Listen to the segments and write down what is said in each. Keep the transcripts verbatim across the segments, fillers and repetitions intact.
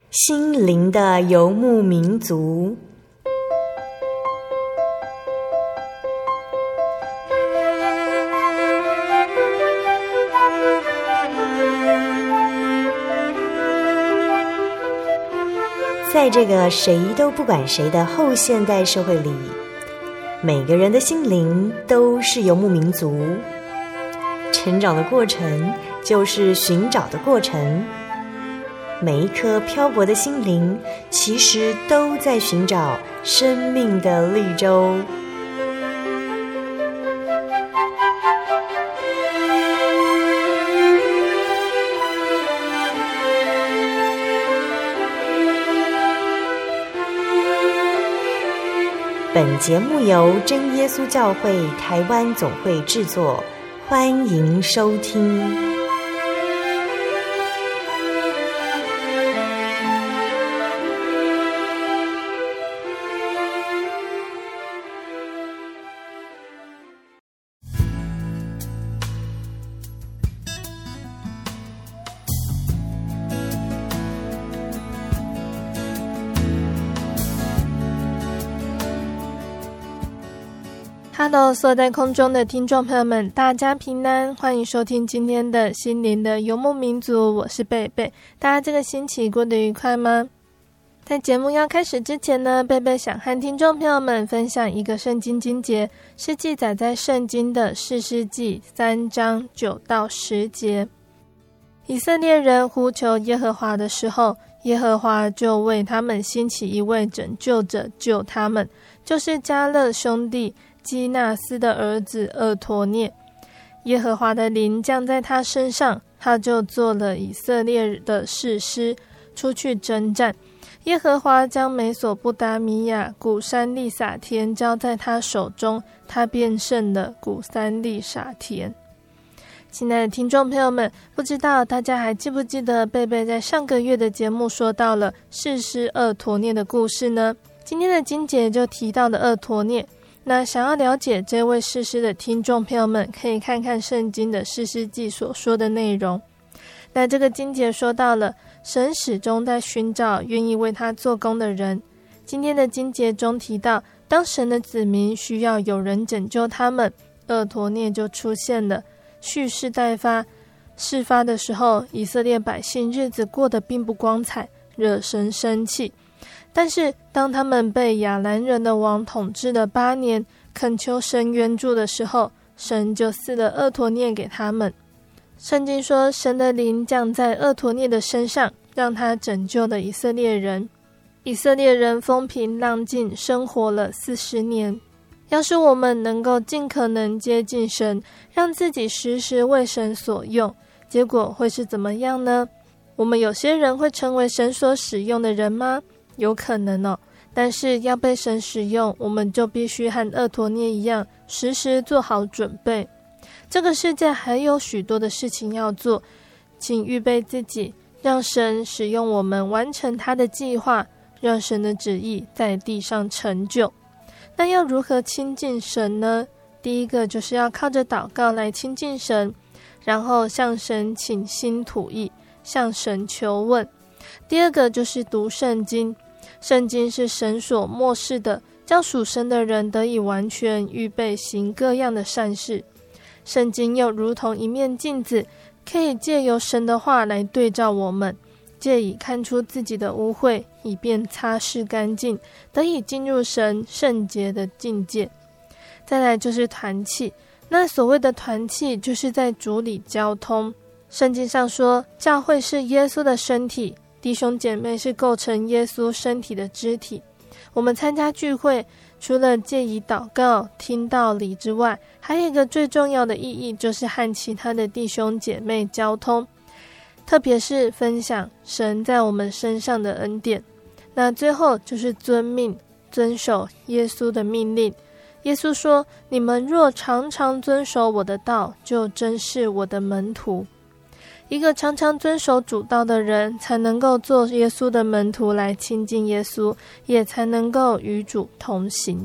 心灵的游牧民族。在这个谁都不管谁的后现代社会里，每个人的心灵都是游牧民族。成长的过程就是寻找的过程，每一颗漂泊的心灵其实都在寻找生命的绿洲。本节目由真耶稣教会台湾总会制作，欢迎收听。 Hello， 所有在空中的听众朋友们，大家平安，欢迎收听今天的心灵的游牧民族，我是贝贝。大家这个星期过得愉快吗？在节目要开始之前呢，贝贝想和听众朋友们分享一个圣经经节，是记载在圣经的士师记三章九到十节。以色列人呼求耶和华的时候，耶和华就为他们兴起一位拯救者救他们，就是迦勒兄弟基纳斯的儿子俄陀聶。耶和华的灵降在他身上，他就做了以色列的士师，出去征战。耶和华将美索不达米亚、古珊利撒田交在他手中，他便胜了古珊利撒田。亲爱的听众朋友们，不知道大家还记不记得贝贝在上个月的节目说到了士师俄陀聶的故事呢？今天的经节就提到了俄陀聶。那想要了解这位士师的听众朋友们，可以看看圣经的士师记所说的内容。那这个经节说到了神始终在寻找愿意为他做工的人。今天的经节中提到，当神的子民需要有人拯救他们，俄陀聶就出现了，蓄势待发。事发的时候，以色列百姓日子过得并不光彩，惹神生气。但是当他们被亚兰人的王统治了八年，恳求神援助的时候，神就赐了俄陀聶给他们。圣经说，神的灵降在俄陀聶的身上，让他拯救了以色列人。以色列人风平浪静，生活了四十年。要是我们能够尽可能接近神，让自己时时为神所用，结果会是怎么样呢？我们有些人会成为神所使用的人吗？有可能哦，但是要被神使用，我们就必须和俄陀聶一样，时时做好准备。这个世界还有许多的事情要做，请预备自己，让神使用我们完成他的计划，让神的旨意在地上成就。那要如何亲近神呢？第一个就是要靠着祷告来亲近神，然后向神倾心吐意，向神求问。第二个就是读圣经，圣经是神所默示的，将属神的人得以完全预备行各样的善事。圣经又如同一面镜子，可以借由神的话来对照我们，借以看出自己的污秽，以便擦拭干净，得以进入神圣洁的境界。再来就是团契，那所谓的团契就是在主里交通。圣经上说，教会是耶稣的身体，弟兄姐妹是构成耶稣身体的肢体。我们参加聚会，除了借以祷告、听道理之外，还有一个最重要的意义，就是和其他的弟兄姐妹交通，特别是分享神在我们身上的恩典。那最后就是遵命，遵守耶稣的命令。耶稣说，你们若常常遵守我的道，就真是我的门徒。一个常常遵守主道的人，才能够做耶稣的门徒来亲近耶稣，也才能够与主同行。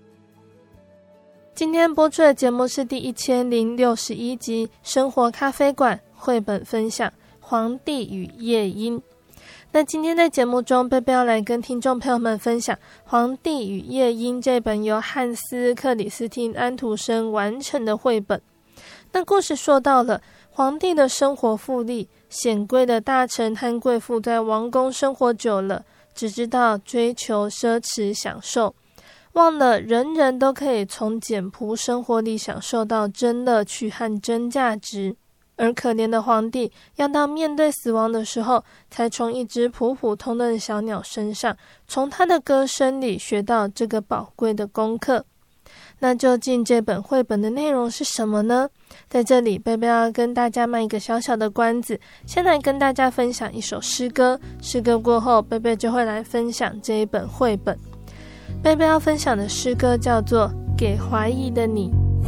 今天播出的节目是第一千零六十一集生活咖啡馆绘本分享《皇帝与夜莺》。 那今天在节目中，贝贝要来跟听众朋友们分享《皇帝与夜莺》这本由汉斯·克里斯汀·安徒生完成的绘本。那故事说到了皇帝的生活富丽，显贵的大臣和贵妇在王宫生活久了，只知道追求奢侈享受，忘了人人都可以从简朴生活里享受到真乐趣和真价值。而可怜的皇帝要到面对死亡的时候，才从一只普普通通的小鸟身上，从他的歌声里学到这个宝贵的功课。那究竟这本绘本的内容是什么呢？在这里贝贝要跟大家卖一个小小的关子，先来跟大家分享一首诗歌，诗歌过后贝贝就会来分享这一本绘本。贝贝要分享的诗歌叫做《给怀疑的你》。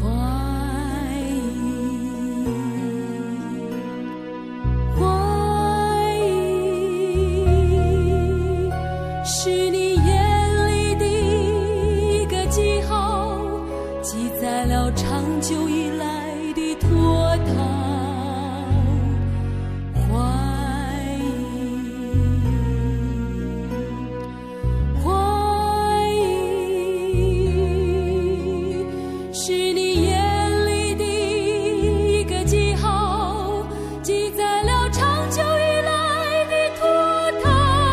是你眼里的一个记号，记载了长久以来的脱逃。怀疑，怀疑，是你眼里的一个记号，记载了长久以来的脱逃。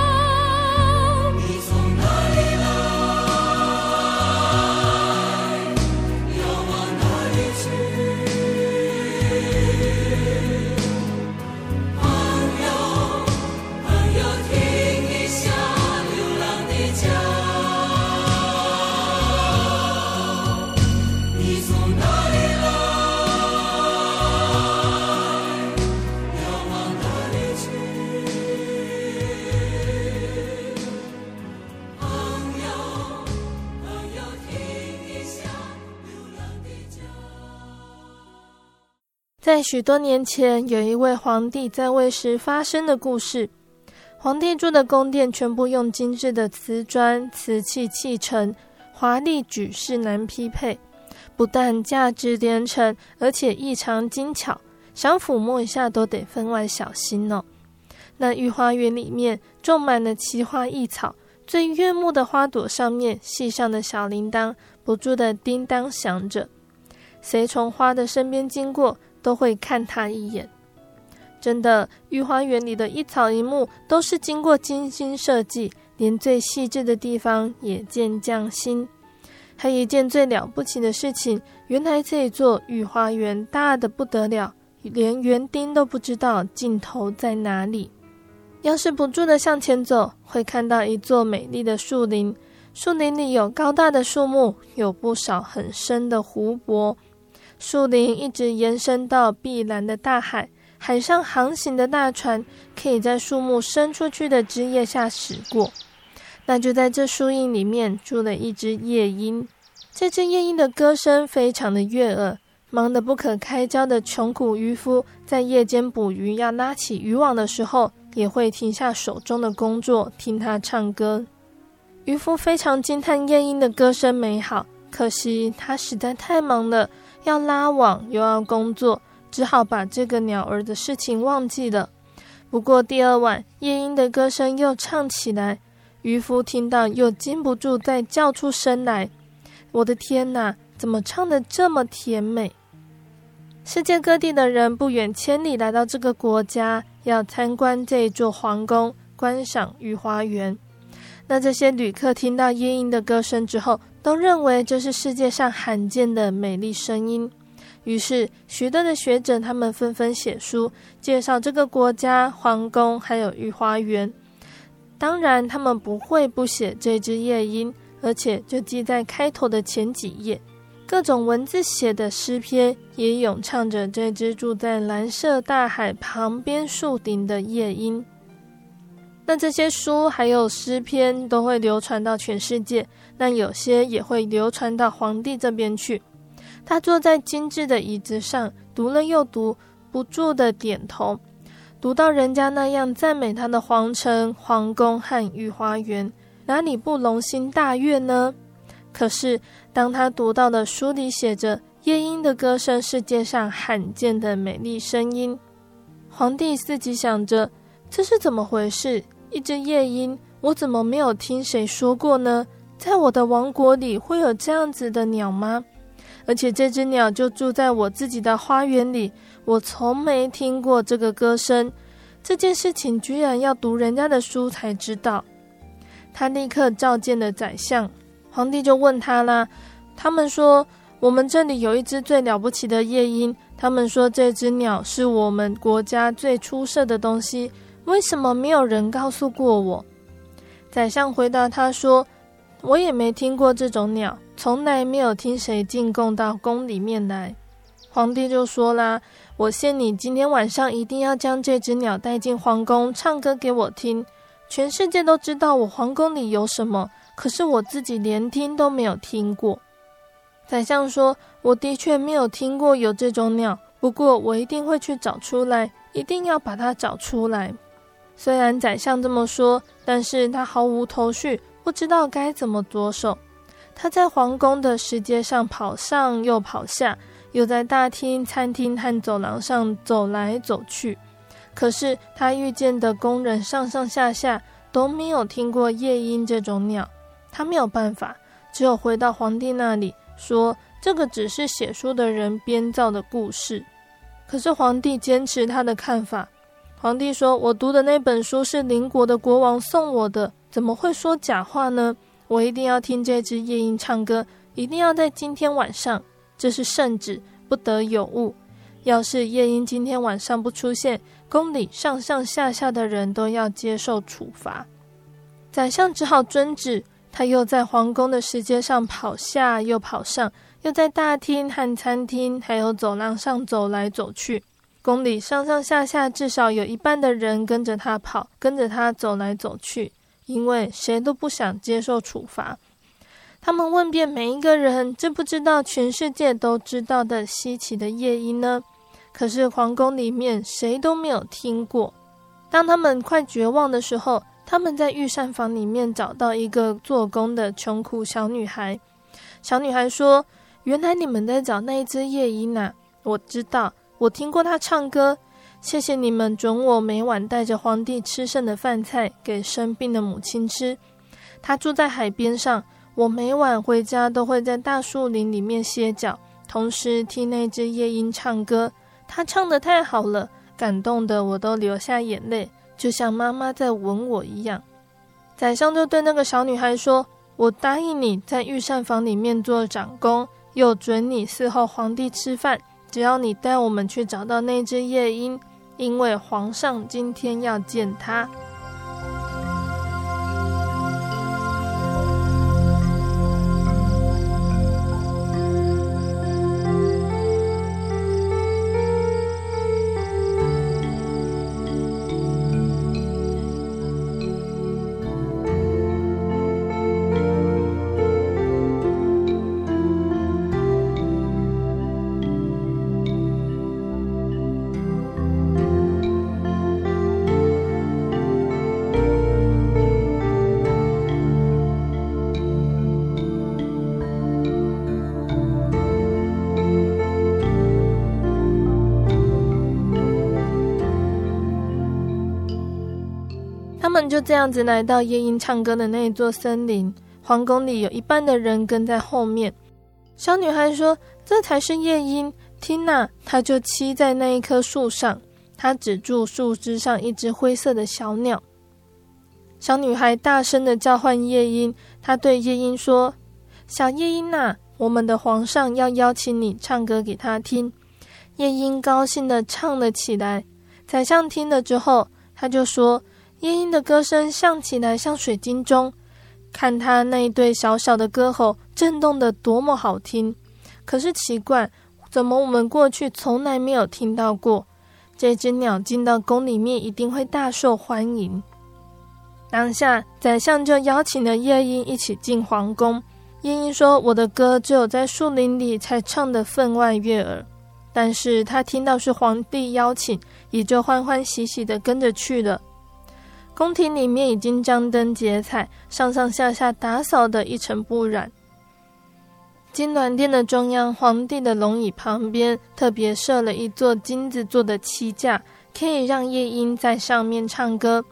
在许多年前，有一位皇帝在位时发生的故事。皇帝住的宫殿全部用精致的瓷砖、瓷器砌成，华丽举世难匹配，不但价值连城，而且异常精巧，想抚摸一下都得分外小心哦。那御花园里面种满了奇花异草，最悦目的花朵上面系上的小铃铛不住地叮当响着，谁从花的身边经过都会看他一眼。真的，御花园里的一草一木都是经过精心设计，连最细致的地方也见匠心。还有一件最了不起的事情，原来这一座御花园大得不得了，连园丁都不知道尽头在哪里。要是不住地向前走，会看到一座美丽的树林，树林里有高大的树木，有不少很深的湖泊，树林一直延伸到碧蓝的大海，海上航行的大船可以在树木伸出去的枝叶下驶过。那就在这树荫里面住了一只夜莺，这只夜莺的歌声非常的悦耳，忙得不可开交的穷苦渔夫在夜间捕鱼要拉起渔网的时候，也会停下手中的工作听它唱歌。渔夫非常惊叹夜莺的歌声美好，可惜他实在太忙了，要拉网又要工作，只好把这个鸟儿的事情忘记了。不过第二晚，夜莺的歌声又唱起来，渔夫听到又禁不住再叫出声来，我的天哪，怎么唱得这么甜美？世界各地的人不远千里来到这个国家，要参观这一座皇宫，观赏御花园。那这些旅客听到夜莺的歌声之后，都认为这是世界上罕见的美丽声音。于是许多的学者他们纷纷写书，介绍这个国家、皇宫还有御花园。当然他们不会不写这只夜莺，而且就记在开头的前几页。各种文字写的诗篇也咏唱着这只住在蓝色大海旁边树顶的夜莺。那这些书还有诗篇都会流传到全世界，那有些也会流传到皇帝这边去。他坐在精致的椅子上，读了又读，不住地点头，读到人家那样赞美他的皇城、皇宫和御花园，哪里不龙心大悦呢？可是当他读到的书里写着夜莺的歌声世界上罕见的美丽声音，皇帝自己想着，这是怎么回事？ 一只夜莺，我怎么没有听谁说过呢？在我的王国里会有这样子的鸟吗？而且这只鸟就住在我自己的花园里，我从没听过这个歌声。这件事情居然要读人家的书才知道。他立刻召见了宰相，皇帝就问他啦，他们说我们这里有一只最了不起的夜莺，他们说这只鸟是我们国家最出色的东西，为什么没有人告诉过我？宰相回答他说，我也没听过这种鸟，从来没有听谁进贡到宫里面来。皇帝就说啦，我限你今天晚上一定要将这只鸟带进皇宫，唱歌给我听。全世界都知道我皇宫里有什么，可是我自己连听都没有听过。宰相说，我的确没有听过有这种鸟，不过我一定会去找出来，一定要把它找出来。虽然宰相这么说，但是他毫无头绪，不知道该怎么着手。他在皇宫的石阶上跑上又跑下，又在大厅、餐厅和走廊上走来走去。可是他遇见的工人上上下下都没有听过夜莺这种鸟，他没有办法，只有回到皇帝那里说，这个只是写书的人编造的故事。可是皇帝坚持他的看法。皇帝说，我读的那本书是邻国的国王送我的，怎么会说假话呢？我一定要听这只夜莺唱歌，一定要在今天晚上，这是圣旨，不得有误。要是夜莺今天晚上不出现，宫里上上下下的人都要接受处罚。宰相只好遵旨，他又在皇宫的石阶上跑下又跑上，又在大厅和餐厅还有走廊上走来走去。宫里上上下下至少有一半的人跟着他跑，跟着他走来走去，因为谁都不想接受处罚。他们问遍每一个人，知不知道全世界都知道的稀奇的夜莺呢？可是皇宫里面谁都没有听过。当他们快绝望的时候，他们在御膳房里面找到一个做工的穷苦小女孩。小女孩说，原来你们在找那一只夜莺啊，我知道，我听过她唱歌，谢谢你们准我每晚带着皇帝吃剩的饭菜给生病的母亲吃。她住在海边上，我每晚回家都会在大树林里面歇脚，同时听那只夜莺唱歌，她唱得太好了，感动的我都流下眼泪，就像妈妈在吻我一样。宰相就对那个小女孩说，我答应你在御膳房里面做长工，又准你伺候皇帝吃饭，只要你带我们去找到那只夜莺，因为皇上今天要见他。他们就这样子来到夜莺唱歌的那一座森林，皇宫里有一半的人跟在后面。小女孩说，这才是夜莺，听啊，她就栖在那一棵树上，她指住树枝上一只灰色的小鸟。小女孩大声地叫唤夜莺，她对夜莺说，小夜莺啊，我们的皇上要邀请你唱歌给他听。夜莺高兴地唱了起来。宰相听了之后，他就说，夜莺的歌声像起来像水晶钟，看他那一对小小的歌喉震动得多么好听。可是奇怪，怎么我们过去从来没有听到过？这只鸟进到宫里面一定会大受欢迎。当下宰相就邀请了夜莺一起进皇宫。夜莺说，我的歌只有在树林里才唱得分外悦耳。但是他听到是皇帝邀请，也就欢欢喜喜地跟着去了。宫廷里面已经张灯结彩，上上下下打扫得一尘不染。金銮殿的中央，皇帝的龙椅旁边特别设了一座金子做的栖架，可以让夜莺在上面唱歌。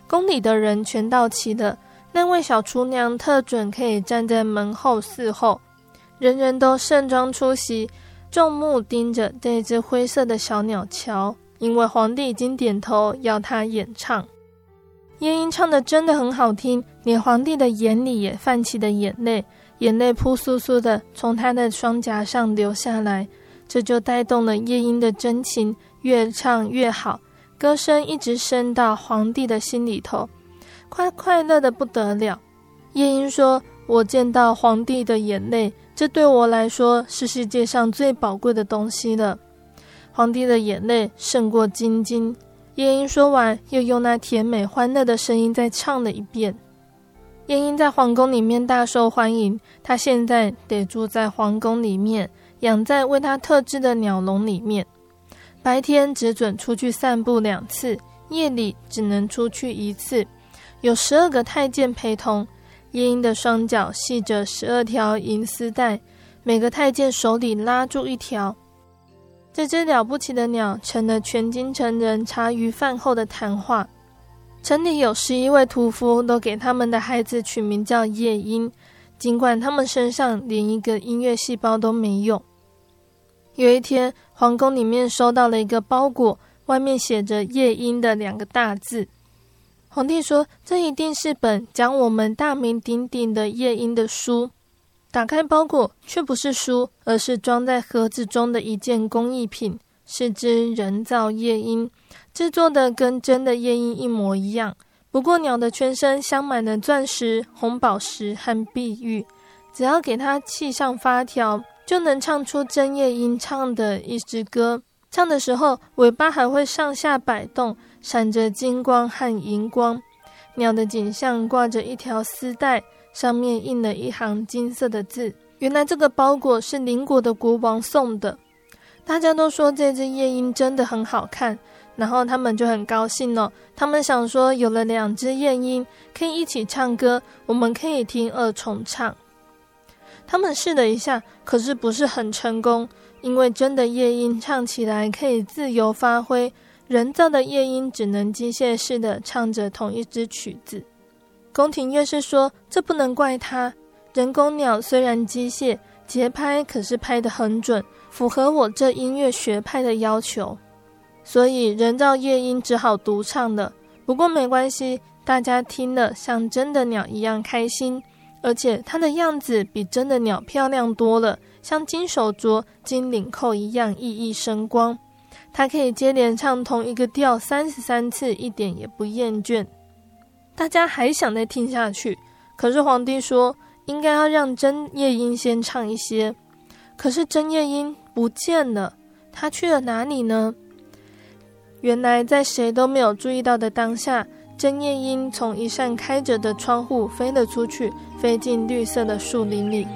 宫里的人全到齐了，那位小厨娘特准可以站在门后伺候，人人都盛装出席，众目盯着这只灰色的小鸟瞧，因为皇帝已经点头要他演唱。夜莺唱得真的很好听，连皇帝的眼里也泛起的眼泪，眼泪扑簌簌的从他的双颊上流下来，这就带动了夜莺的真情，越唱越好，歌声一直升到皇帝的心里头，快快乐的不得了。夜莺说，我见到皇帝的眼泪，这对我来说是世界上最宝贵的东西了。皇帝的眼泪胜过金金。夜莺说完，又用那甜美欢乐的声音再唱了一遍。夜莺在皇宫里面大受欢迎，她现在得住在皇宫里面，养在为她特制的鸟笼里面。白天只准出去散步两次，夜里只能出去一次。有十二个太监陪同，夜莺的双脚系着十二条银丝带，每个太监手里拉住一条。这只了不起的鸟成了全京城人茶余饭后的谈话。城里有十一位屠夫都给他们的孩子取名叫夜莺，尽管他们身上连一个音乐细胞都没有。有一天，皇宫里面收到了一个包裹，外面写着夜莺的两个大字。皇帝说，这一定是本讲我们大名鼎鼎的夜莺的书。打开包裹，却不是书，而是装在盒子中的一件工艺品，是只人造夜莺，制作的跟真的夜莺一模一样。不过鸟的全身镶满了钻石、红宝石和碧玉，只要给它系上发条，就能唱出真夜莺唱的一支歌。唱的时候，尾巴还会上下摆动，闪着金光和银光。鸟的颈项挂着一条丝带，上面印了一行金色的字。原来这个包裹是邻国的国王送的。大家都说这只夜莺真的很好看，然后他们就很高兴了。他们想说，有了两只夜莺可以一起唱歌，我们可以听二重唱。他们试了一下，可是不是很成功，因为真的夜莺唱起来可以自由发挥，人造的夜莺只能机械式的唱着同一支曲子。宫廷乐师说，这不能怪他，人工鸟虽然机械，节拍可是拍得很准，符合我这音乐学派的要求，所以人造夜莺只好独唱了。不过没关系，大家听了像真的鸟一样开心，而且它的样子比真的鸟漂亮多了，像金手镯、金领扣一样熠熠生光。它可以接连唱同一个调三十三次，一点也不厌倦。大家还想再听下去，可是皇帝说应该要让真夜莺先唱一些。可是真夜莺不见了，它去了哪里呢？原来在谁都没有注意到的当下，真夜莺从一扇开着的窗户飞了出去，飞进绿色的树林里。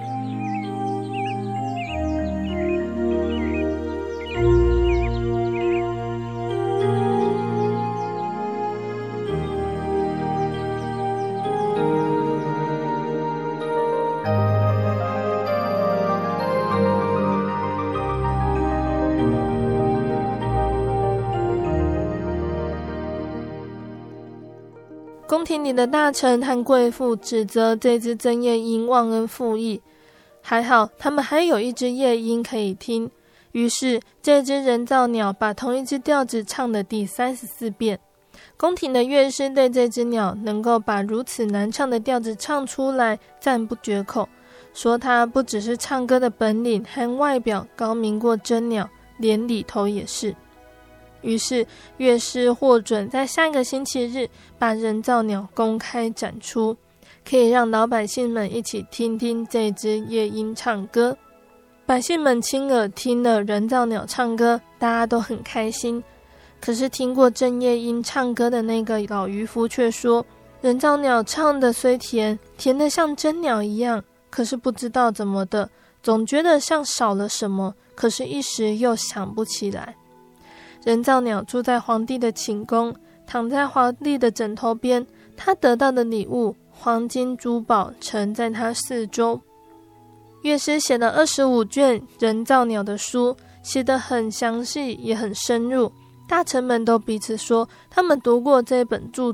宫廷里的大臣和贵妇指责这只真夜莺忘恩负义，还好他们还有一只夜莺可以听，于是这只人造鸟把同一只调子唱了第三十四遍。宫廷的乐师对这只鸟能够把如此难唱的调子唱出来赞不绝口，说它不只是唱歌的本领和外表高明过真鸟，连里头也是。于是乐师获准在下个星期日把人造鸟公开展出，可以让老百姓们一起听听这只夜莺唱歌。百姓们亲耳听了人造鸟唱歌，大家都很开心。可是听过真夜莺唱歌的那个老渔夫却说，人造鸟唱的虽甜，甜得像真鸟一样，可是不知道怎么的，总觉得像少了什么，可是一时又想不起来。人造鸟住在皇帝的寝宫，躺在皇帝的枕头边，他得到的礼物黄金珠宝呈在他四周。乐师写了二十五卷人造鸟的书，写得很详细也很深入，大臣们都彼此说他们读过这本著作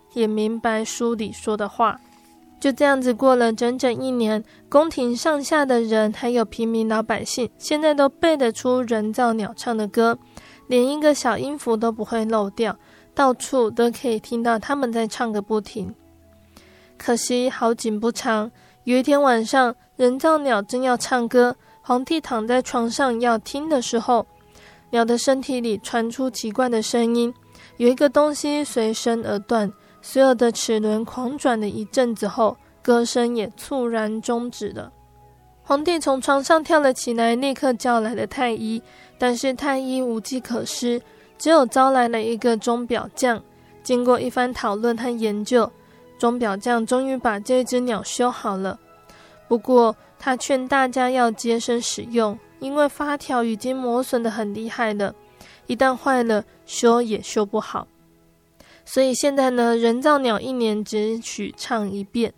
也明白书里说的话。就这样子过了整整一年，宫廷上下的人还有平民老百姓现在都背得出人造鸟唱的歌，连一个小音符都不会漏掉，到处都可以听到他们在唱个不停。可惜好景不长，有一天晚上，人造鸟正要唱歌，皇帝躺在床上要听的时候，鸟的身体里传出奇怪的声音，有一个东西随身而断，所有的齿轮狂转了一阵子后，歌声也猝然终止了。皇帝从床上跳了起来，立刻叫来了太医，但是太医无计可施，只有招来了一个钟表匠。经过一番讨论和研究，钟表匠终于把这只鸟修好了。不过他劝大家要节省使用，因为发条已经磨损得很厉害了，一旦坏了，修也修不好。所以现在呢，人造鸟一年只许唱一遍。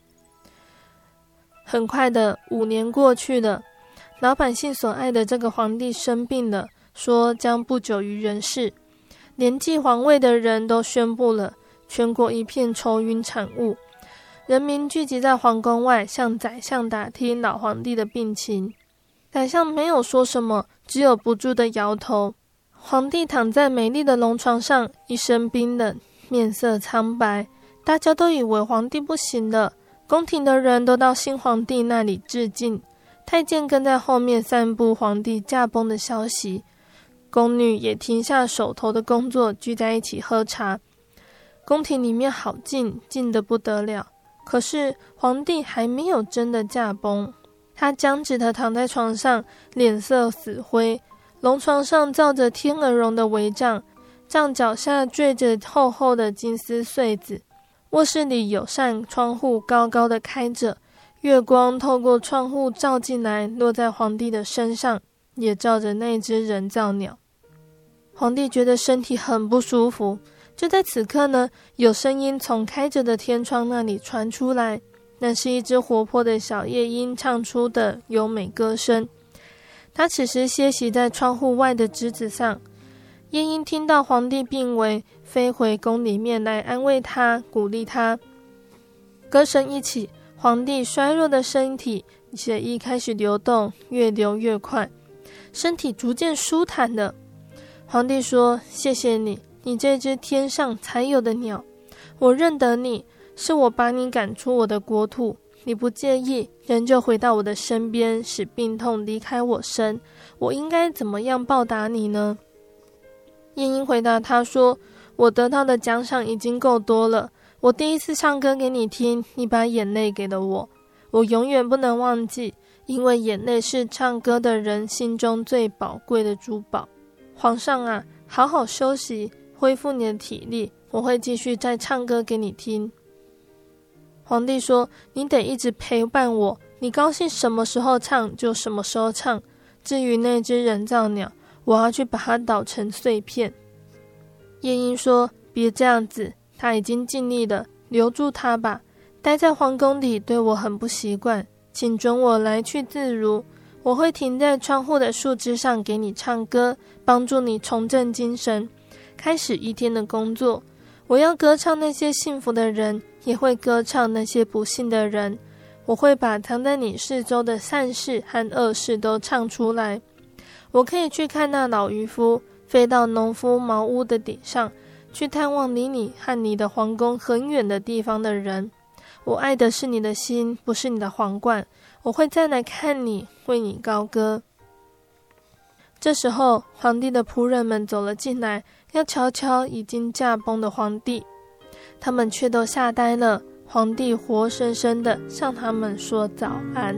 很快的，五年过去了，老百姓所爱的这个皇帝生病了，说将不久于人世。连继皇位的人都宣布了，全国一片愁云惨雾。人民聚集在皇宫外，向宰相打听老皇帝的病情。宰相没有说什么，只有不住地摇头。皇帝躺在美丽的龙床上，一身冰冷，面色苍白，大家都以为皇帝不行了。宫廷的人都到新皇帝那里致敬，太监跟在后面散布皇帝驾崩的消息，宫女也停下手头的工作，聚在一起喝茶。宫廷里面好静，静得不得了。可是皇帝还没有真的驾崩，他僵直地躺在床上，脸色死灰。龙床上罩着天鹅绒的帷帐，帐脚下缀着厚厚的金丝穗子。卧室里有扇窗户高高的开着，月光透过窗户照进来，落在皇帝的身上，也照着那只人造鸟。皇帝觉得身体很不舒服。就在此刻呢，有声音从开着的天窗那里传出来，那是一只活泼的小夜莺唱出的优美歌声。他此时歇息在窗户外的枝子上，夜莺听到皇帝病危，飞回宫里面来安慰他，鼓励他。歌声一起，皇帝衰弱的身体血液开始流动，越流越快，身体逐渐舒坦了。皇帝说：谢谢你，你这只天上才有的鸟，我认得你，是我把你赶出我的国土，你不介意，人就回到我的身边，使病痛离开我身，我应该怎么样报答你呢？夜莺回答他说：我得到的奖赏已经够多了，我第一次唱歌给你听，你把眼泪给了我，我永远不能忘记，因为眼泪是唱歌的人心中最宝贵的珠宝。皇上啊，好好休息，恢复你的体力，我会继续再唱歌给你听。皇帝说：你得一直陪伴我，你高兴什么时候唱就什么时候唱，至于那只人造鸟，我要去把它捣成碎片。夜莺说：别这样子，他已经尽力了，留住他吧，待在皇宫里对我很不习惯，请准我来去自如，我会停在窗户的树枝上给你唱歌，帮助你重振精神，开始一天的工作。我要歌唱那些幸福的人，也会歌唱那些不幸的人，我会把藏在你四周的善事和恶事都唱出来。我可以去看那老渔夫，飞到农夫茅屋的顶上，去探望离你和你的皇宫很远的地方的人。我爱的是你的心，不是你的皇冠，我会再来看你，为你高歌。这时候，皇帝的仆人们走了进来，要瞧瞧已经驾崩的皇帝，他们却都吓呆了。皇帝活生生的向他们说早安。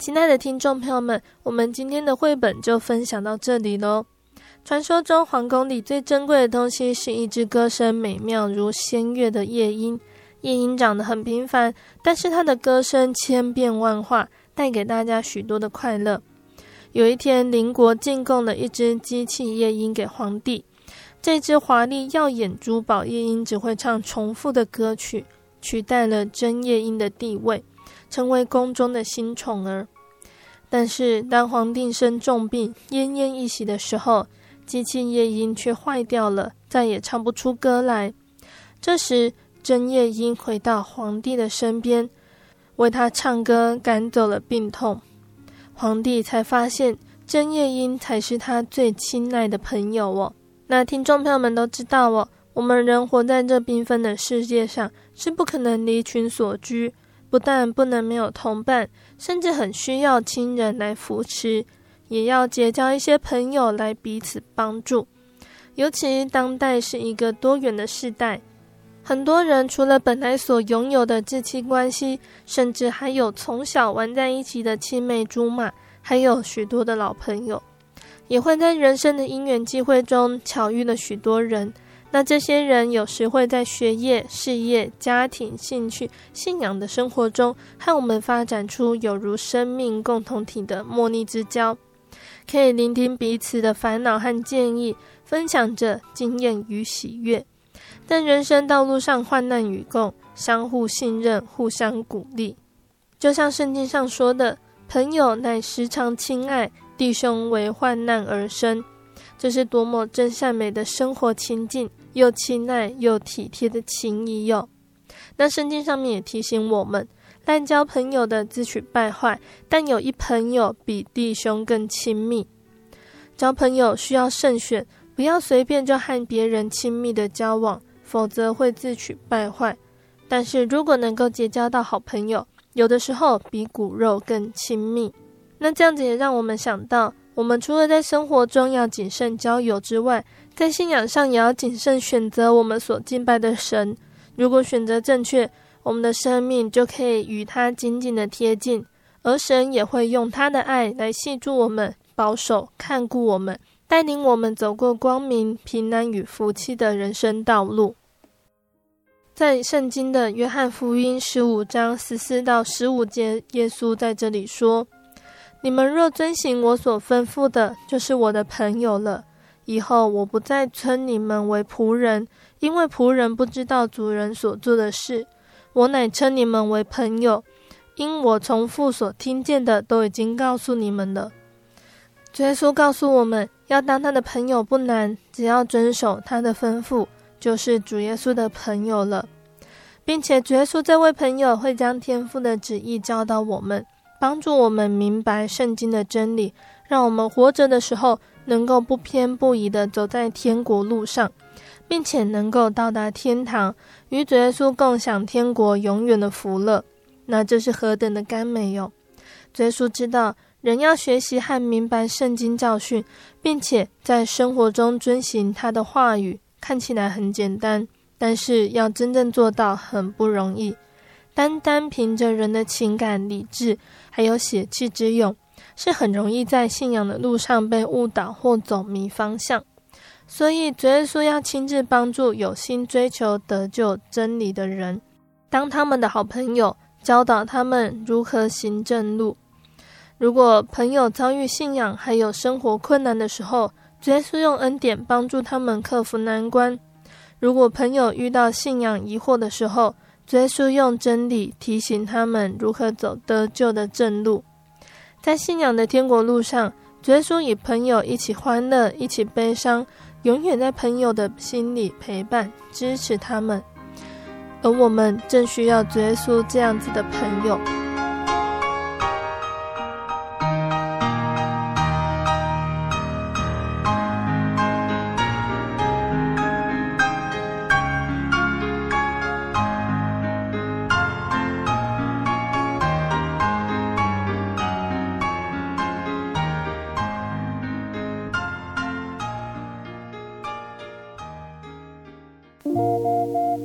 亲爱的听众朋友们，我们今天的绘本就分享到这里咯。传说中皇宫里最珍贵的东西是一只歌声美妙如仙乐的夜莺。夜莺长得很平凡，但是它的歌声千变万化，带给大家许多的快乐。有一天，邻国进贡了一只机器夜莺给皇帝。这只华丽耀眼珠宝夜莺只会唱重复的歌曲，取代了真夜莺的地位，成为宫中的新宠儿。但是当皇帝生重病奄奄一息的时候，机器夜莺却坏掉了，再也唱不出歌来。这时真夜莺回到皇帝的身边，为他唱歌赶走了病痛。皇帝才发现真夜莺才是他最亲爱的朋友哦。那听众朋友们都知道哦，我们人活在这缤纷的世界上，是不可能离群所居，不但不能没有同伴，甚至很需要亲人来扶持，也要结交一些朋友来彼此帮助。尤其当代是一个多元的世代，很多人除了本来所拥有的至亲关系，甚至还有从小玩在一起的青梅竹马，还有许多的老朋友，也会在人生的因缘际会中巧遇了许多人。那这些人有时会在学业、事业、家庭、兴趣、信仰的生活中，和我们发展出有如生命共同体的莫逆之交，可以聆听彼此的烦恼和建议，分享着经验与喜悦。在人生道路上患难与共，相互信任，互相鼓励。就像圣经上说的，朋友乃时常亲爱，弟兄为患难而生。这是多么真善美的生活情境，又亲爱又体贴的情谊哟。那圣经上面也提醒我们，滥交朋友的自取败坏，但有一朋友比弟兄更亲密。交朋友需要慎选，不要随便就和别人亲密的交往，否则会自取败坏。但是如果能够结交到好朋友，有的时候比骨肉更亲密。那这样子也让我们想到，我们除了在生活中要谨慎交友之外，在信仰上也要谨慎选择我们所敬拜的神。如果选择正确，我们的生命就可以与他紧紧的贴近，而神也会用他的爱来系住我们，保守看顾我们，带领我们走过光明、平安与福气的人生道路。在圣经的约翰福音十五章十四到十五节，耶稣在这里说，你们若遵行我所吩咐的，就是我的朋友了。以后我不再称你们为仆人，因为仆人不知道主人所做的事，我乃称你们为朋友，因我从父所听见的都已经告诉你们了。主耶稣告诉我们，要当他的朋友不难，只要遵守他的吩咐，就是主耶稣的朋友了。并且主耶稣这位朋友会将天父的旨意教导我们，帮助我们明白圣经的真理，让我们活着的时候能够不偏不倚地走在天国路上，并且能够到达天堂，与主耶稣共享天国永远的福乐。那这是何等的甘美哟！主耶稣知道人要学习和明白圣经教训，并且在生活中遵行他的话语，看起来很简单，但是要真正做到很不容易。单单凭着人的情感、理智还有血气之勇，是很容易在信仰的路上被误导或走迷方向。所以主耶稣要亲自帮助有心追求得救真理的人，当他们的好朋友，教导他们如何行正路。如果朋友遭遇信仰还有生活困难的时候，主耶稣用恩典帮助他们克服难关。如果朋友遇到信仰疑惑的时候，主耶稣用真理提醒他们如何走得救的正路。在信仰的天国路上，主耶稣与朋友一起欢乐，一起悲伤，永远在朋友的心里陪伴支持他们。而我们正需要主耶稣这样子的朋友。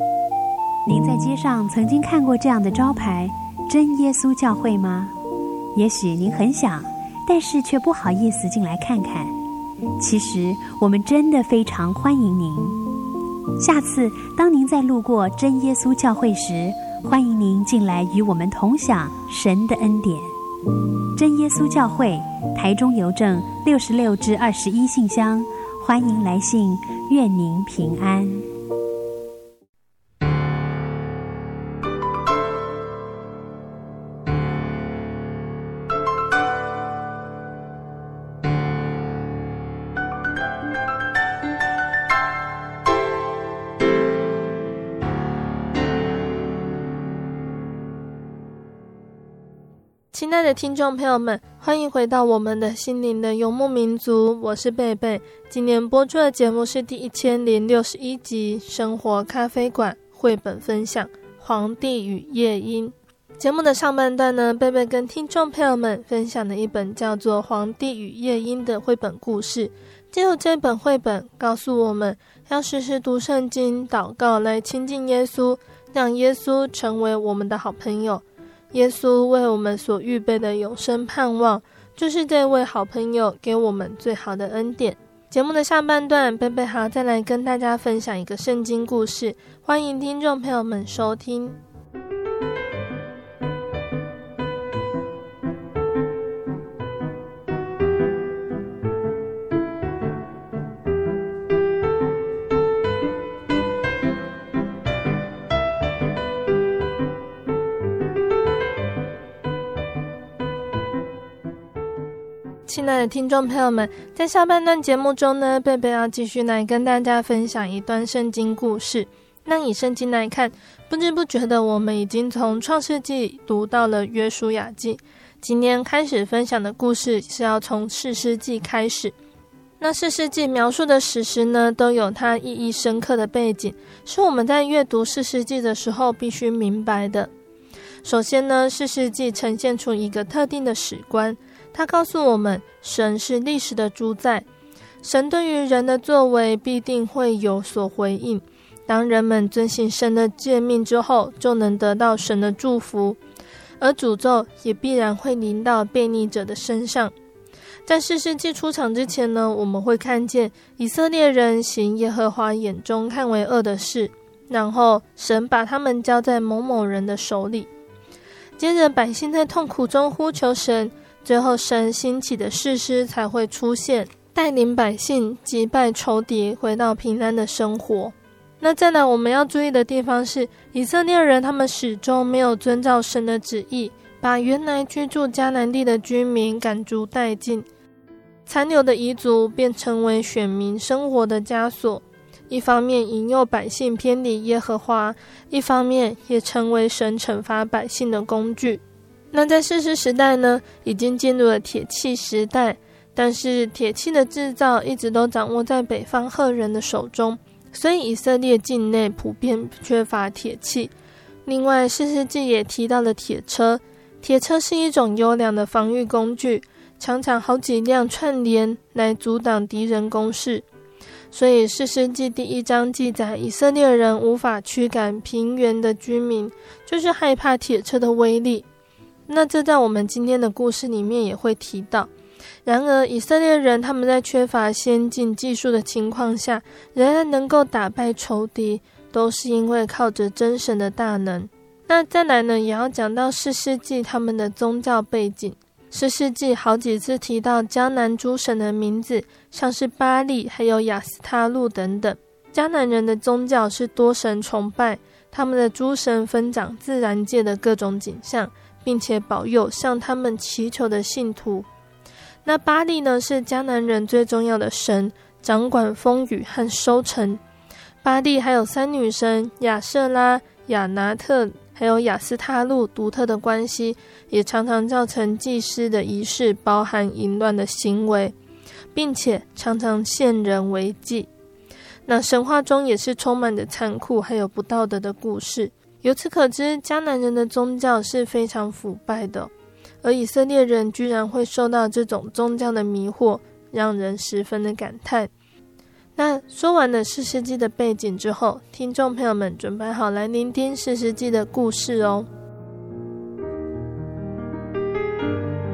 您在街上曾经看过这样的招牌，真耶稣教会吗？ 也许您很想，但是却不好意思进来看看。其实我们真的非常欢迎您。下次当您在路过真耶稣教会时，欢迎您进来与我们同享神的恩典。真耶稣教会，台中邮政六十六至二十一信箱，欢迎来信，愿您平安。 亲爱的听众朋友们，欢迎回到我们的心灵的游牧民族，我是贝贝。今年播出的节目是第一千零六十一集生活咖啡馆绘本分享《黄帝与夜莺》。节目的上半段呢，贝贝跟听众朋友们分享了一本叫做《黄帝与夜莺》的绘本故事。借由这本绘本告诉我们要时时读圣经，祷告来亲近耶稣，让耶稣成为我们的好朋友。耶稣为我们所预备的永生盼望，就是这位好朋友给我们最好的恩典。节目的下半段，贝贝还要再来跟大家分享一个圣经故事，欢迎听众朋友们收听。亲爱的听众朋友们，在下半段节目中呢，贝贝要继续来跟大家分享一段圣经故事。那以圣经来看，不知不觉的我们已经从创世纪读到了约书亚记。今天开始分享的故事是要从士师记开始。那士师记描述的史实呢，都有它意义深刻的背景，是我们在阅读士师记的时候必须明白的。首先呢，士师记呈现出一个特定的史观，他告诉我们，神是历史的主宰，神对于人的作为必定会有所回应。当人们遵行神的诫命之后，就能得到神的祝福，而诅咒也必然会临到悖逆者的身上。在士师记出场之前呢，我们会看见以色列人行耶和华眼中看为恶的事，然后神把他们交在某某人的手里。接着百姓在痛苦中呼求神，最后神兴起的士师才会出现，带领百姓击败仇敌，回到平安的生活。那再来我们要注意的地方是，以色列人他们始终没有遵照神的旨意，把原来居住迦南地的居民赶逐殆尽，残留的彝族便成为选民生活的枷锁，一方面引诱百姓偏离耶和华，一方面也成为神惩罚百姓的工具。那在士师时代呢，已经进入了铁器时代，但是铁器的制造一直都掌握在北方赫人的手中，所以以色列境内普遍缺乏铁器。另外士师记也提到了铁车，铁车是一种优良的防御工具，常常好几辆串联来阻挡敌人攻势。所以士师记第一章记载，以色列人无法驱赶平原的居民，就是害怕铁车的威力。那这在我们今天的故事里面也会提到。然而以色列人他们在缺乏先进技术的情况下，仍然能够打败仇敌，都是因为靠着真神的大能。那再来呢，也要讲到士师记他们的宗教背景。士师记好几次提到迦南诸神的名字，像是巴力还有亚斯他路等等。迦南人的宗教是多神崇拜，他们的诸神分掌自然界的各种景象，并且保佑向他们祈求的信徒。那巴力呢，是迦南人最重要的神，掌管风雨和收成。巴力还有三女神亚舍拉、亚拿特还有亚斯他路独特的关系，也常常造成祭司的仪式包含淫乱的行为，并且常常献人为祭。那神话中也是充满着残酷还有不道德的故事。由此可知，迦南人的宗教是非常腐败的，而以色列人居然会受到这种宗教的迷惑，让人十分的感叹。那说完了士师记的背景之后，听众朋友们准备好来聆听士师记的故事哦。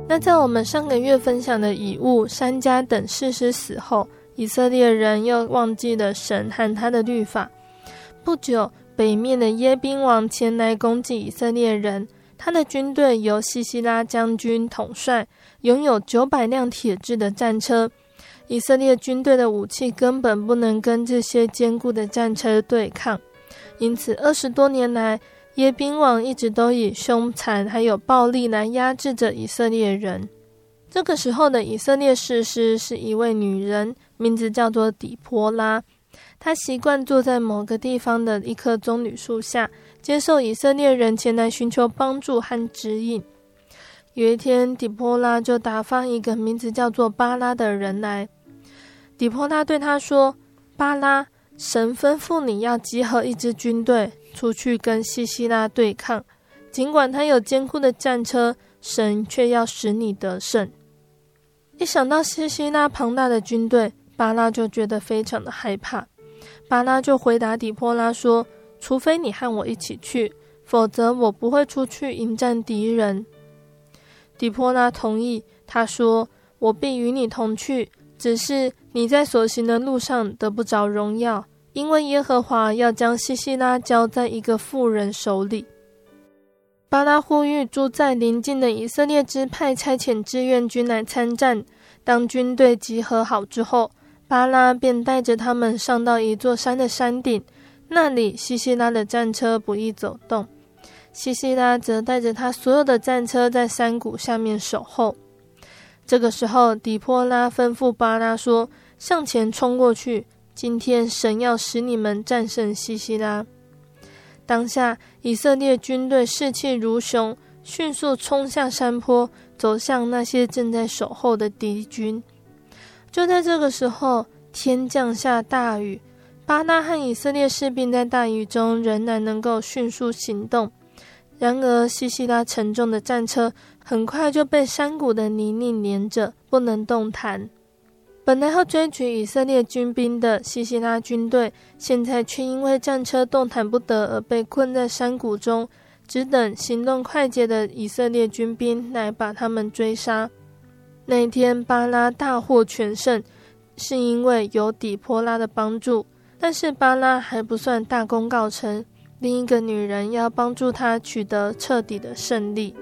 那在我们上个月分享的以物、珊迦等士师死后，以色列人又忘记了神和他的律法。不久，北面的耶宾王前来攻击以色列人，他的军队由西西拉将军统帅，拥有九百辆铁制的战车。以色列军队的武器根本不能跟这些坚固的战车对抗，因此二十多年来，耶宾王一直都以凶残还有暴力来压制着以色列人。这个时候的以色列士师是一位女人，名字叫做底波拉。她习惯坐在某个地方的一棵棕榈树下，接受以色列人前来寻求帮助和指引。有一天，底波拉就打发一个名字叫做巴拉的人来。底波拉对他说：巴拉，神吩咐你要集合一支军队出去跟西西拉对抗，尽管他有坚固的战车，神却要使你得胜。一想到西西拉庞大的军队，巴拉就觉得非常的害怕。巴拉就回答底波拉说：除非你和我一起去，否则我不会出去迎战敌人。底波拉同意，他说：我必与你同去，只是你在所行的路上得不着荣耀，因为耶和华要将西西拉交在一个妇人手里。巴拉呼吁住在邻近的以色列支派差遣志愿军来参战。当军队集合好之后，巴拉便带着他们上到一座山的山顶，那里西西拉的战车不易走动，西西拉则带着他所有的战车在山谷下面守候。这个时候，底波拉吩咐巴拉说：向前冲过去，今天神要使你们战胜西西拉。当下，以色列军队士气如熊，迅速冲下山坡，走向那些正在守候的敌军。就在这个时候，天降下大雨，巴拉和以色列士兵在大雨中仍然能够迅速行动。然而，西西拉沉重的战车很快就被山谷的泥泞连着，不能动弹。本来要追举以色列军兵的西西拉军队，现在却因为战车动弹不得而被困在山谷中，只等行动快捷的以色列军兵来把他们追杀。那一天，巴拉大获全胜，是因为有底波拉的帮助，但是巴拉还不算大功告成，另一个女人要帮助他取得彻底的胜利。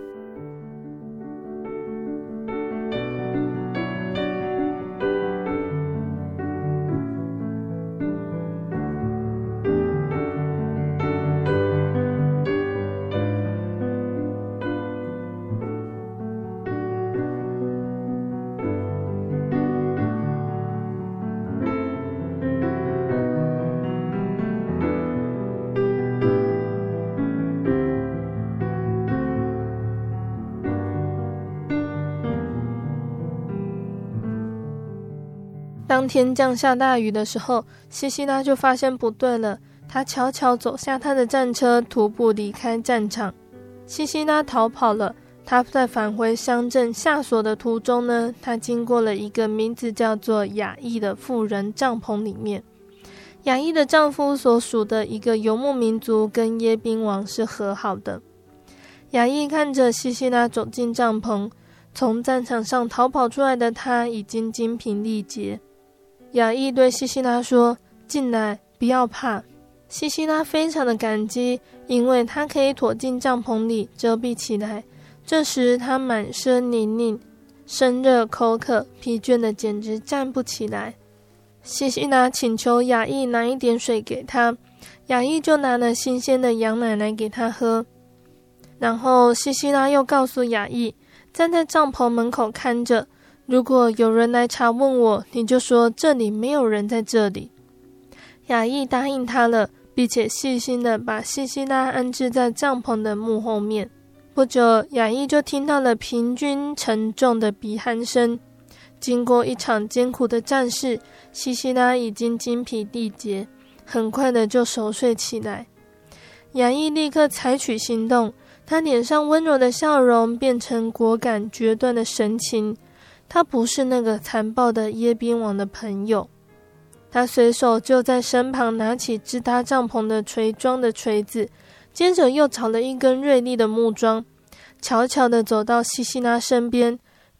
当天降下大雨的时候，西西拉就发现不对了，他悄悄走下他的战车，徒步离开战场。西西拉逃跑了，他在返回乡镇下所的途中呢，他经过了一个名字叫做雅意的妇人帐篷里面。雅意的丈夫所属的一个游牧民族跟耶宾王是和好的。雅意看着西西拉走进帐篷，从战场上逃跑出来的他已经精疲力竭。雅意对西西拉说：进来，不要怕。西西拉非常的感激，因为他可以躲进帐篷里遮蔽起来。这时他满身泥泞，身热口渴，疲倦的简直站不起来。西西拉请求雅意拿一点水给他，雅意就拿了新鲜的羊奶来给他喝。然后西西拉又告诉雅意，站在帐篷门口看着，如果有人来查问我，你就说这里没有人在这里。雅意答应他了，并且细心地把西西拉安置在帐篷的幕后面。不久，雅意就听到了平均沉重的鼻鼾声。经过一场艰苦的战事，西西拉已经精疲力竭，很快的就熟睡起来。雅意立刻采取行动，他脸上温柔的笑容变成果敢决断的神情。他不是那个残暴的耶宾王的朋友。他随手就在身旁拿起支搭帐篷的锤桩的锤子，接着又找了一根锐利的木桩，悄悄地走到西西拉身边，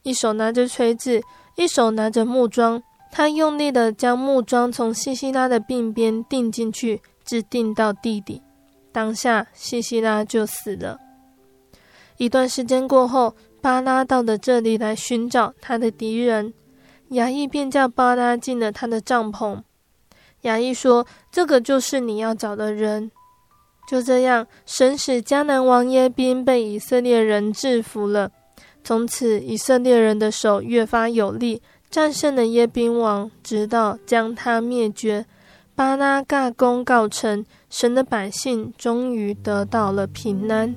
一手拿着锤子，一手拿着木桩。他用力地将木桩从西西拉的鬓边钉进去，直钉到地底。当下西西拉就死了。一段时间过后，巴拉到了这里来寻找他的敌人，衙役便叫巴拉进了他的帐篷。衙役说，这个就是你要找的人。就这样，神使迦南王耶宾被以色列人制服了。从此以色列人的手越发有力，战胜了耶宾王，直到将他灭绝。巴拉尬功告成，神的百姓终于得到了平安。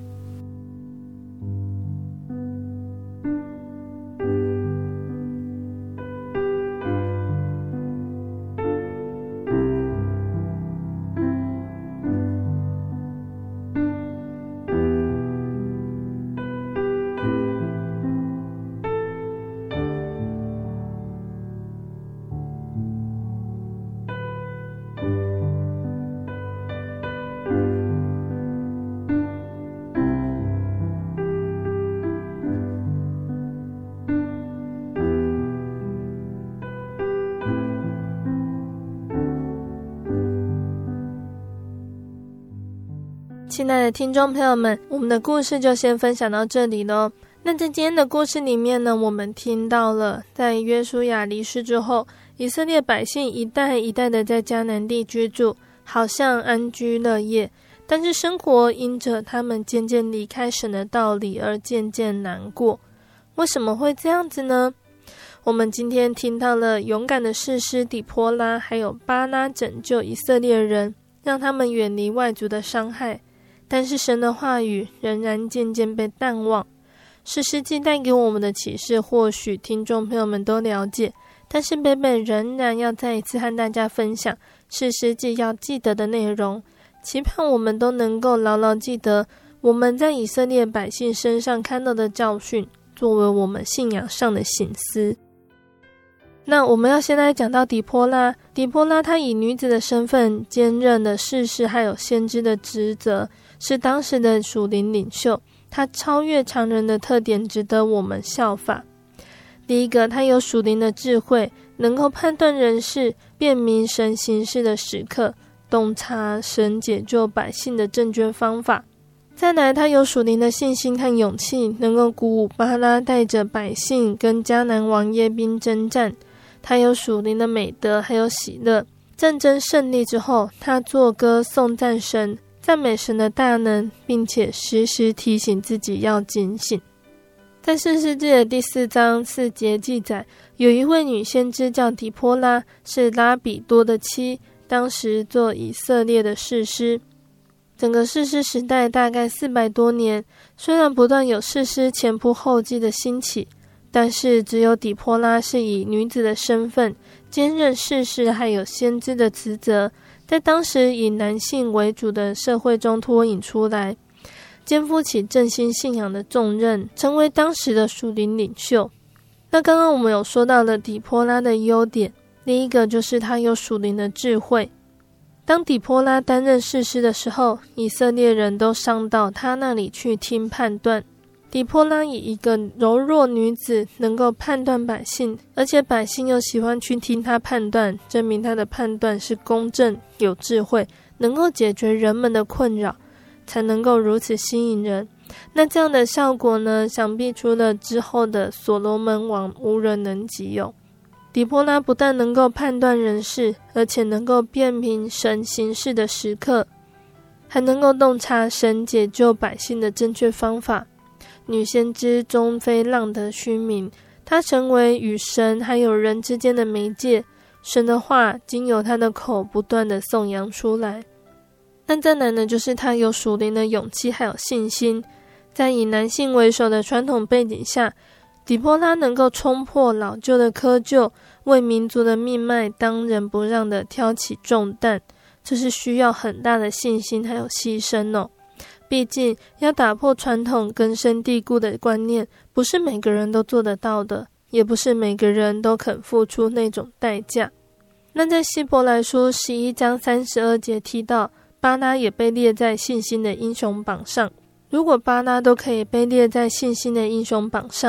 亲爱的听众朋友们，我们的故事就先分享到这里咯。那在今天的故事里面呢，我们听到了在约书亚离世之后，以色列百姓一代一代的在迦南地居住，好像安居乐业，但是生活因着他们渐渐离开神的道理而渐渐难过。为什么会这样子呢？我们今天听到了勇敢的士师底波拉还有巴拉拯救以色列人，让他们远离外族的伤害，但是神的话语仍然渐渐被淡忘。士师记带给我们的启示，或许听众朋友们都了解，但是贝贝仍然要再一次和大家分享士师记要记得的内容，期盼我们都能够牢牢记得我们在以色列百姓身上看到的教训，作为我们信仰上的省思。那我们要先来讲到底波拉。底波拉她以女子的身份兼任了士师还有先知的职责，是当时的属灵领袖。她超越常人的特点值得我们效法。第一个，她有属灵的智慧，能够判断人事，辨明神行事的时刻，洞察神解救百姓的正确方法。再来，她有属灵的信心和勇气，能够鼓舞巴拉带着百姓跟迦南王耶宾征战。他有属灵的美德还有喜乐，战争胜利之后，他作歌颂赞神，赞美神的大能，并且时时提醒自己要警醒。在士师记的第四章四节记载，有一位女先知叫底波拉，是拉比多的妻，当时做以色列的士师。整个士师时代大概四百多年，虽然不断有士师前仆后继的兴起，但是只有底波拉是以女子的身份兼任士师还有先知的职责，在当时以男性为主的社会中脱颖出来，肩负起振兴信仰的重任，成为当时的属灵领袖。那刚刚我们有说到了底波拉的优点，第一个就是他有属灵的智慧。当底波拉担任士师的时候，以色列人都上到他那里去听判断。底波拉以一个柔弱女子能够判断百姓，而且百姓又喜欢去听她判断，证明她的判断是公正有智慧，能够解决人们的困扰，才能够如此吸引人。那这样的效果呢，想必除了之后的所罗门王无人能及有。底波拉不但能够判断人事，而且能够辨明神行事的时刻，还能够洞察神解救百姓的正确方法。女先知终非浪得虚名，她成为与神还有人之间的媒介，神的话经由她的口不断的颂扬出来。那再来呢，就是她有属灵的勇气还有信心。在以男性为首的传统背景下，底波拉能够冲破老旧的窠臼，为民族的命脉当仁不让的挑起重担，这是需要很大的信心还有牺牲哦。毕竟要打破传统根深蒂固的观念，不是每个人都做得到的，也不是每个人都肯付出那种代价。那在希伯来书十一章三十二节提到，巴拉也被列在信心的英雄榜上。如果巴拉都可以被列在信心的英雄榜上，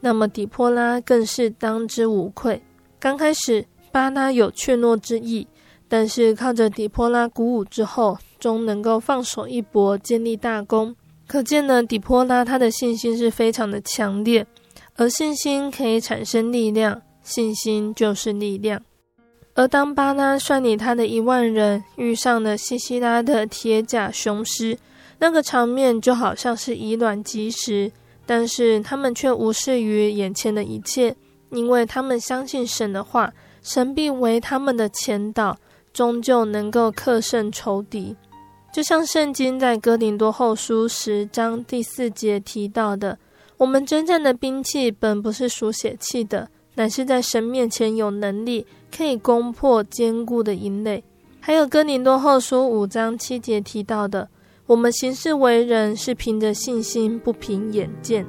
那么底波拉更是当之无愧。刚开始巴拉有怯懦之意，但是靠着底波拉鼓舞之后，终能够放手一搏，建立大功。可见呢，底波拉他的信心是非常的强烈，而信心可以产生力量，信心就是力量。而当巴拉率领他的一万人遇上了西西拉的铁甲雄狮，那个场面就好像是以卵击石，但是他们却无视于眼前的一切，因为他们相信神的话，神必为他们的前导，终究能够克胜仇敌。就像圣经在哥林多后书十章第四节提到的，我们征战的兵器本不是属血气的，乃是在神面前有能力，可以攻破坚固的营垒。还有哥林多后书五章七节提到的，我们行事为人是凭着信心，不凭眼见。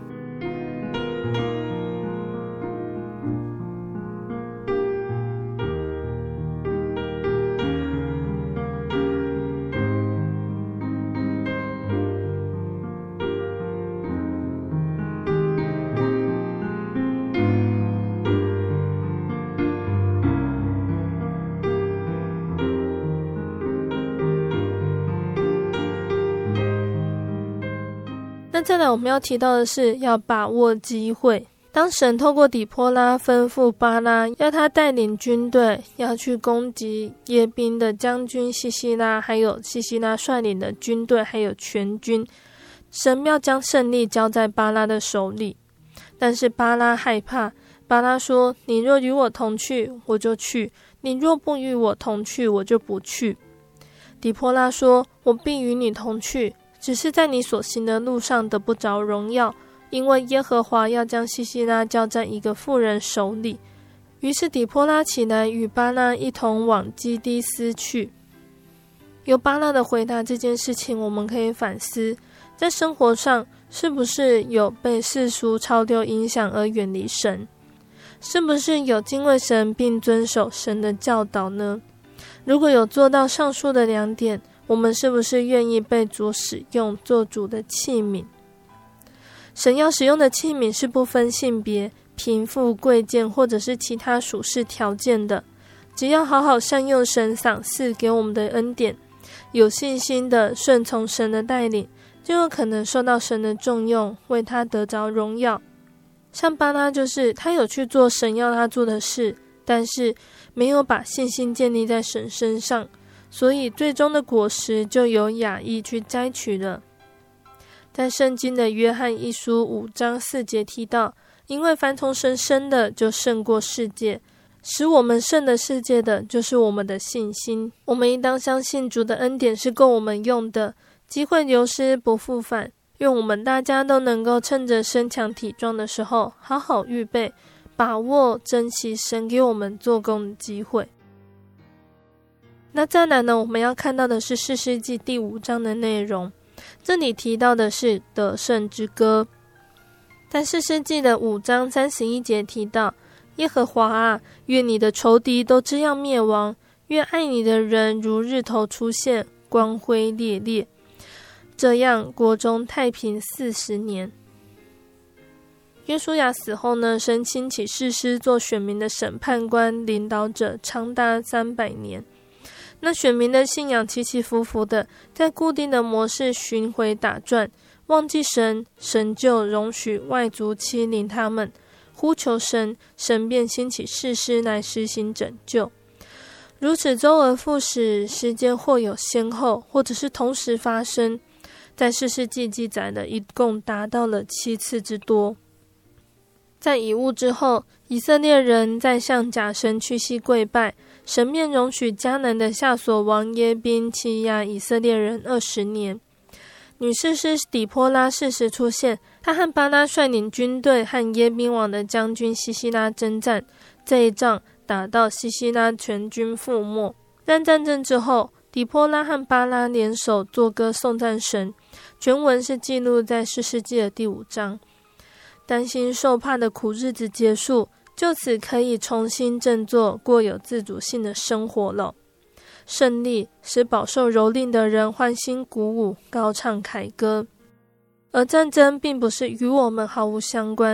那再来我们要提到的是要把握机会。当神透过底波拉吩咐巴拉要他带领军队要去攻击耶宾的将军西西拉，还有西西拉率领的军队还有全军，神要将胜利交在巴拉的手里。但是巴拉害怕，巴拉说，你若与我同去我就去，你若不与我同去我就不去。底波拉说，我必与你同去，只是在你所行的路上得不着荣耀，因为耶和华要将西西拉交在一个妇人手里。于是底波拉起来与巴拉一同往基低斯去。由巴拉的回答这件事情，我们可以反思，在生活上是不是有被世俗潮流影响而远离神？是不是有敬畏神并遵守神的教导呢？如果有做到上述的两点，我们是不是愿意被主使用做主的器皿？神要使用的器皿是不分性别、贫富、贵贱或者是其他属世条件的，只要好好善用神赏赐给我们的恩典，有信心的顺从神的带领，就有可能受到神的重用，为他得着荣耀。像巴拉就是他有去做神要他做的事，但是没有把信心建立在神身上，所以最终的果实就由亚裔去摘取了。在圣经的约翰一书五章四节提到，因为凡从神生的就胜过世界，使我们胜了世界的就是我们的信心。我们应当相信主的恩典是够我们用的，机会流失不复返。愿我们大家都能够趁着身强体壮的时候好好预备，把握珍惜神给我们做工的机会。那再来呢，我们要看到的是士师记第五章的内容。这里提到的是得胜之歌。在士师记的五章三十一节提到，耶和华啊，愿你的仇敌都这样灭亡，愿爱你的人如日头出现，光辉烈烈，这样国中太平四十年。约书亚死后呢，神兴起士师做选民的审判官领导者，长达三百年。那选民的信仰起起伏伏的，在固定的模式巡回打转，忘记神，神就容许外族欺凌他们，呼求神，神便兴起士师来实行拯救。如此周而复始，时间或有先后，或者是同时发生，在士师记记载的一共达到了七次之多。在以物之后，以色列人在向假神屈膝跪拜，神便容许迦南的夏所王耶宾欺压以色列人二十年。女士师底波拉适时出现，她和巴拉率领军队和耶宾王的将军西西拉征战，这一仗打到西西拉全军覆没。在战争之后，底波拉和巴拉联手作歌颂赞神，全文是记录在士师记的第五章。担心受怕的苦日子结束，就此可以重新振作，过有自主性的生活了。胜利使饱受蹂躏的人欢欣鼓舞，高唱凯歌。而战争并不是与我们毫无相关，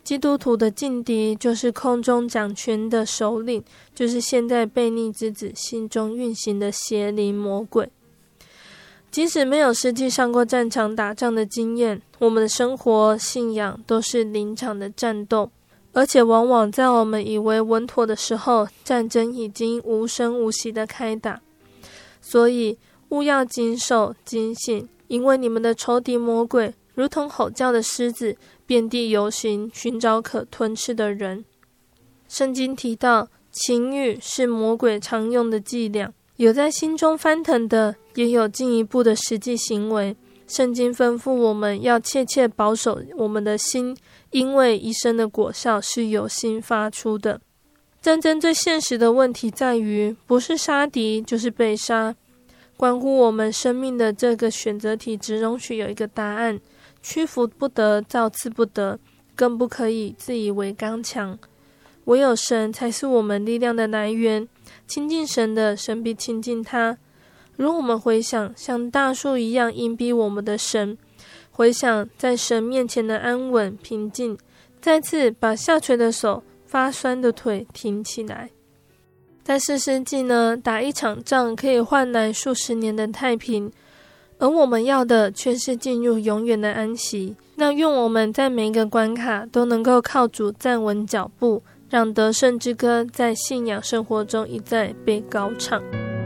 基督徒的劲敌就是空中掌权的首领，就是现在悖逆之子心中运行的邪灵魔鬼。即使没有实际上过战场打仗的经验，我们的生活信仰都是临场的战斗，而且往往在我们以为稳妥的时候，战争已经无声无息的开打。所以务要谨守警醒，因为你们的仇敌魔鬼如同吼叫的狮子，遍地游行，寻找可吞吃的人。圣经提到情欲是魔鬼常用的伎俩，有在心中翻腾的，也有进一步的实际行为。圣经吩咐我们要切切保守我们的心，因为一生的果效是由心发出的。战争最现实的问题在于，不是杀敌就是被杀。关乎我们生命的这个选择题只容许有一个答案，屈服不得，造次不得，更不可以自以为刚强。唯有神才是我们力量的来源，亲近神的，神必亲近他。如我们回想像大树一样荫庇我们的神，回想在神面前的安稳平静，再次把下垂的手、发酸的腿挺起来。在士师记呢，打一场仗可以换来数十年的太平，而我们要的却是进入永远的安息。那愿我们在每一个关卡都能够靠主站稳脚步，让得胜之歌在信仰生活中一再被高唱。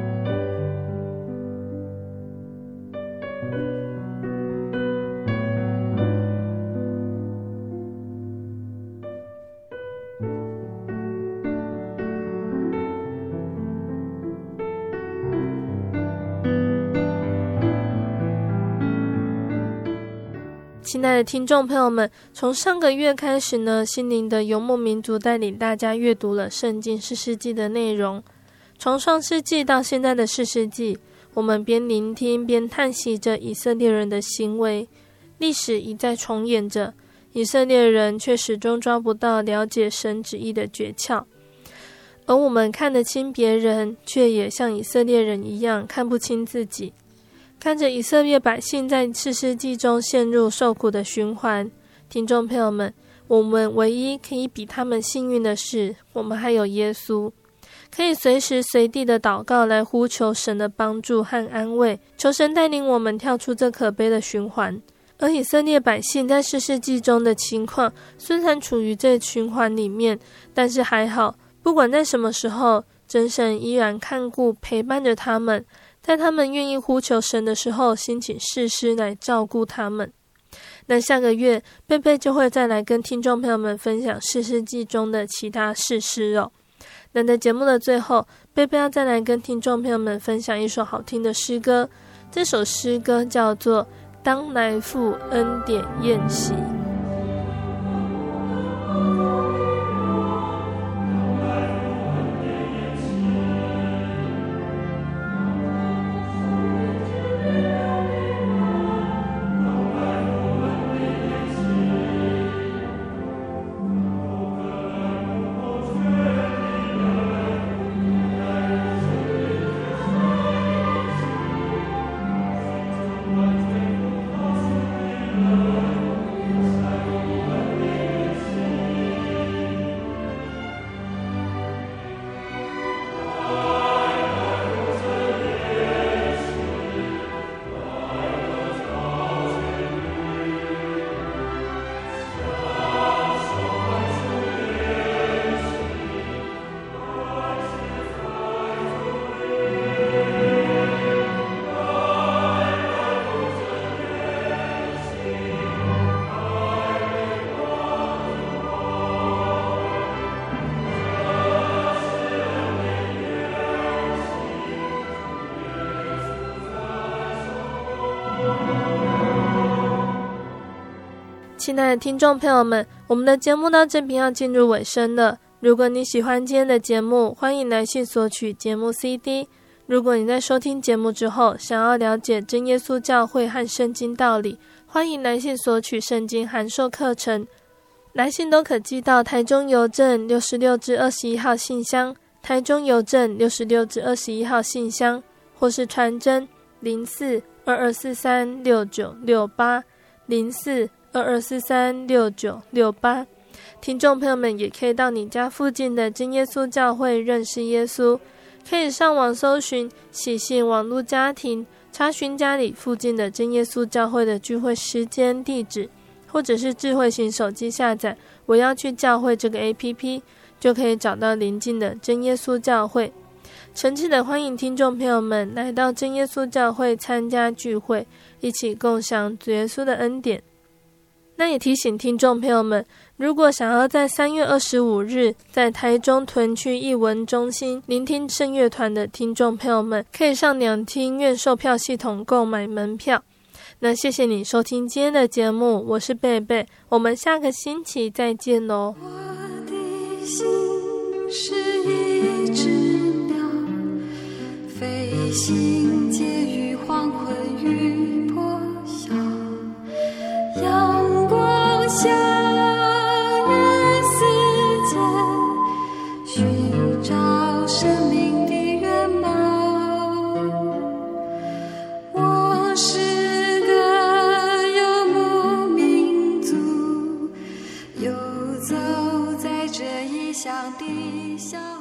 亲爱的听众朋友们，从上个月开始呢，心灵的游牧民族带领大家阅读了圣经士师记的内容。从创世纪到现在的士师记，我们边聆听边叹息着以色列人的行为，历史一再重演着，以色列人却始终抓不到了解神旨意的诀窍。而我们看得清别人，却也像以色列人一样看不清自己。看着以色列百姓在士师记中陷入受苦的循环，听众朋友们，我们唯一可以比他们幸运的是，我们还有耶稣，可以随时随地的祷告来呼求神的帮助和安慰，求神带领我们跳出这可悲的循环。而以色列百姓在士师记中的情况虽然处于这循环里面，但是还好，不管在什么时候，真神依然看顾陪伴着他们，在他们愿意呼求神的时候，兴起士师来照顾他们。那下个月贝贝就会再来跟听众朋友们分享士师记中的其他士师哦。那在节目的最后，贝贝要再来跟听众朋友们分享一首好听的诗歌，这首诗歌叫做《当来赴恩典宴席》。亲爱的听众朋友们，我们的节目到这边要进入尾声了。如果你喜欢今天的节目，欢迎来信索取节目 C D。 如果你在收听节目之后想要了解真耶稣教会和圣经道理，欢迎来信索取圣经函授课程。来信都可寄到台中邮政六十六至二十一号信箱，台中邮政六十六至二十一号信箱，或是传真零四二二四三六九六八零四二二四三六九六八。 听众朋友们也可以到你家附近的真耶稣教会认识耶稣，可以上网搜寻喜信网络家庭，查询家里附近的真耶稣教会的聚会时间地址，或者是智慧型手机下载我要去教会这个 A P P， 就可以找到邻近的真耶稣教会。诚挚的欢迎听众朋友们来到真耶稣教会参加聚会，一起共享主耶稣的恩典。那也提醒听众朋友们，如果想要在三月二十五日在台中屯区艺文中心聆听圣乐团的听众朋友们，可以上两厅院售票系统购买门票。那谢谢你收听今天的节目，我是贝贝，我们下个星期再见咯。 我的心是一只鸟，飞行介于黄昏与破晓，阳光下人世间寻找生命的原貌。我是个游牧民族，游走在这异乡的小